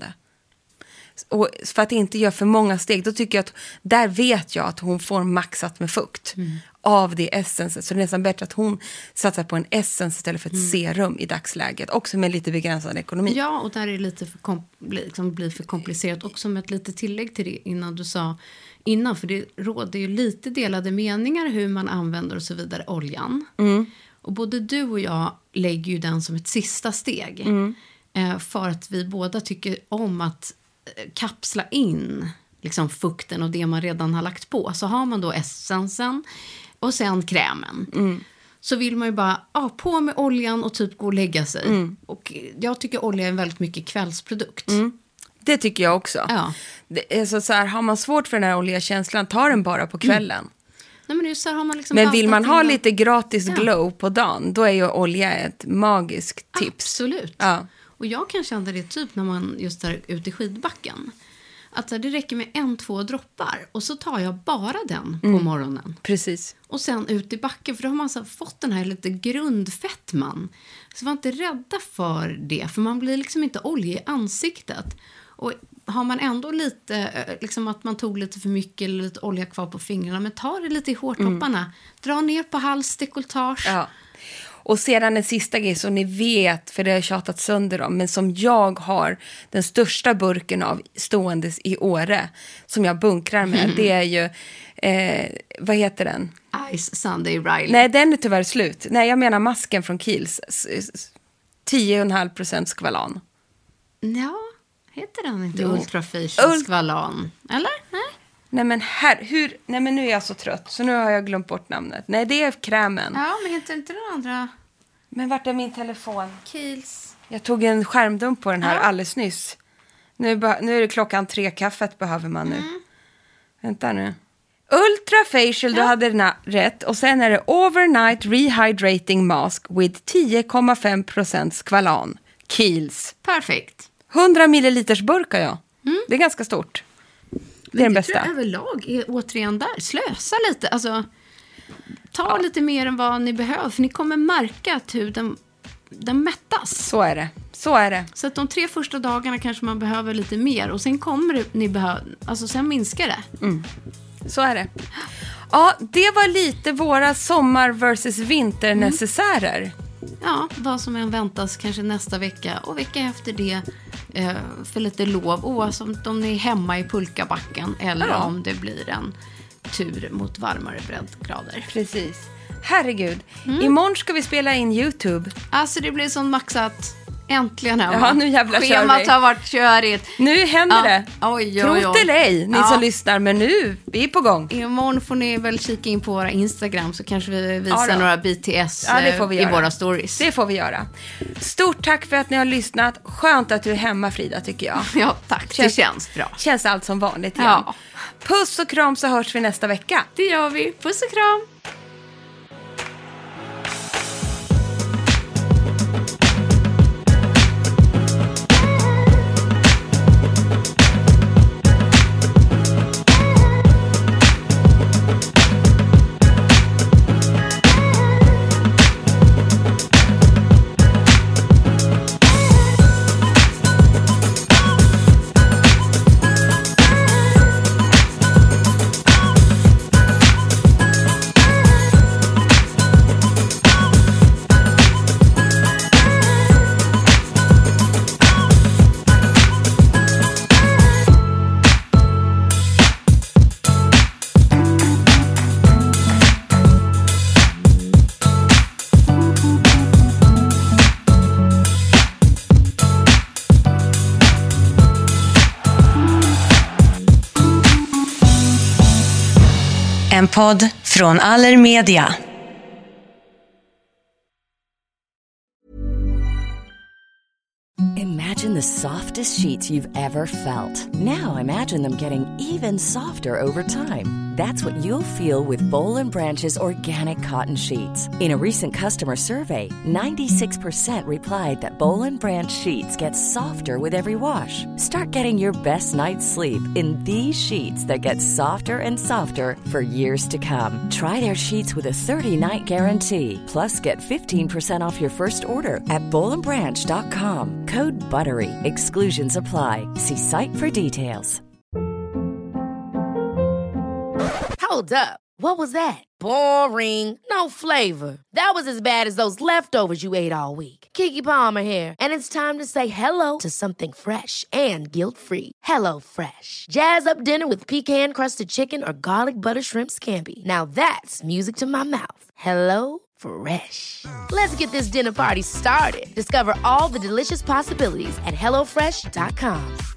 Speaker 4: Och för att inte göra för många steg, då tycker jag att där vet jag att hon får maxat med fukt av det essenset. Så det är nästan bättre att hon satsar på en essence istället för ett serum i dagsläget. Också med lite begränsad ekonomi.
Speaker 5: Ja, och där är det lite blir för komplicerat. Också med ett litet tillägg till det innan du sa innan. För det råder ju lite delade meningar hur man använder och så vidare oljan. Och både du och jag lägger ju den som ett sista steg. För att vi båda tycker om att kapsla in liksom fukten och det man redan har lagt på. Så har man då essensen och sen krämen. Så vill man ju bara på med oljan och typ gå och lägga sig. Och jag tycker olja är en väldigt mycket kvällsprodukt.
Speaker 4: Det tycker jag också.
Speaker 5: Ja.
Speaker 4: Det är så här, har man svårt för den här oljekänslan, ta den bara på kvällen.
Speaker 5: Nej, men det är så här, har man liksom
Speaker 4: men vill man ha lite gratis glow på dagen, då är ju olja ett magiskt tips.
Speaker 5: Absolut.
Speaker 4: Ja.
Speaker 5: Och jag kan känna det typ när man just är ute i skidbacken. Att det räcker med 1-2 droppar. Och så tar jag bara den på morgonen.
Speaker 4: Precis.
Speaker 5: Och sen ut i backen. För då har man så fått den här lite grundfettman. Så var inte rädda för det. För man blir liksom inte olja i ansiktet. Och har man ändå lite, liksom att man tog lite för mycket eller lite olja kvar på fingrarna. Men ta det lite i hårtopparna. Dra ner på hals, dekolletage.
Speaker 4: Ja. Och sedan en sista grej som ni vet, för det har jag tjatat sönder om, men som jag har den största burken av ståendes i Åre, som jag bunkrar med, det är ju, vad heter den?
Speaker 5: Ice Sunday Riley.
Speaker 4: Nej, den är tyvärr slut. Nej, jag menar masken från Kiehl's. 10,5% skvalan.
Speaker 5: Ja, heter den inte Ultrafacial skvalan? Eller? Nej.
Speaker 4: Nej men nu är jag så trött, så nu har jag glömt bort namnet. Nej, det är krämen.
Speaker 5: Ja, men heter inte den andra?
Speaker 4: Men vart är min telefon?
Speaker 5: Kiehl's.
Speaker 4: Jag tog en skärmdump på den här alldeles nyss. Nu är det 3:00 kaffet behöver man nu. Vänta nu. Ultrafacial, du hade den rätt. Och sen är det Overnight Rehydrating Mask with 10,5% skvalan. Kiehl's.
Speaker 5: Perfekt.
Speaker 4: 100 milliliters burkar jag. Det är ganska stort. Det är den bästa.
Speaker 5: Jag tror överlag är återigen där. Slösa lite. Alltså, ta lite mer än vad ni behöver. För ni kommer märka att huden den mättas.
Speaker 4: Så är det. Så är det.
Speaker 5: Så att de 3 första dagarna kanske man behöver lite mer. Och sen kommer ni behöva... Alltså sen minskar det.
Speaker 4: Så är det. Ja, det var lite våra sommar versus vinternecessärer.
Speaker 5: Ja, vad som än väntas kanske nästa vecka. Och vecka efter det för lite lov. Oavsett om ni är hemma i pulkabacken. Eller om det blir en tur mot varmare breddgrader.
Speaker 4: Precis. Herregud. Imorgon ska vi spela in YouTube.
Speaker 5: Alltså det blir sån maxat. Äntligen hemma.
Speaker 4: Ja, nu jävlar kör vi.
Speaker 5: Schemat har varit körigt.
Speaker 4: Nu händer det.
Speaker 5: Oj.
Speaker 4: Tro till dig, ni som lyssnar. Men nu, vi är på gång.
Speaker 5: Imorgon får ni väl kika in på våra Instagram. Så kanske vi visar några BTS i våra stories.
Speaker 4: Det får vi göra. Stort tack för att ni har lyssnat. Skönt att du är hemma, Frida, tycker jag.
Speaker 5: Ja, tack. Det känns bra.
Speaker 4: Känns allt som vanligt igen. Ja. Puss och kram, så hörs vi nästa vecka.
Speaker 5: Det gör vi. Puss och kram.
Speaker 9: En podd från Allermedia.
Speaker 2: Imagine the softest sheets you've ever felt. Now imagine them getting even softer over time. That's what you'll feel with Boll & Branch's organic cotton sheets. In a recent customer survey, 96% replied that Boll & Branch sheets get softer with every wash. Start getting your best night's sleep in these sheets that get softer and softer for years to come. Try their sheets with a 30-night guarantee. Plus, get 15% off your first order at bollandbranch.com. Code BUTTERY. Exclusions apply. See site for details.
Speaker 1: Hold up. What was that? Boring. No flavor. That was as bad as those leftovers you ate all week. Keke Palmer here, and it's time to say hello to something fresh and guilt-free. Hello Fresh. Jazz up dinner with pecan-crusted chicken or garlic butter shrimp scampi. Now that's music to my mouth. Hello Fresh. Let's get this dinner party started. Discover all the delicious possibilities at hellofresh.com.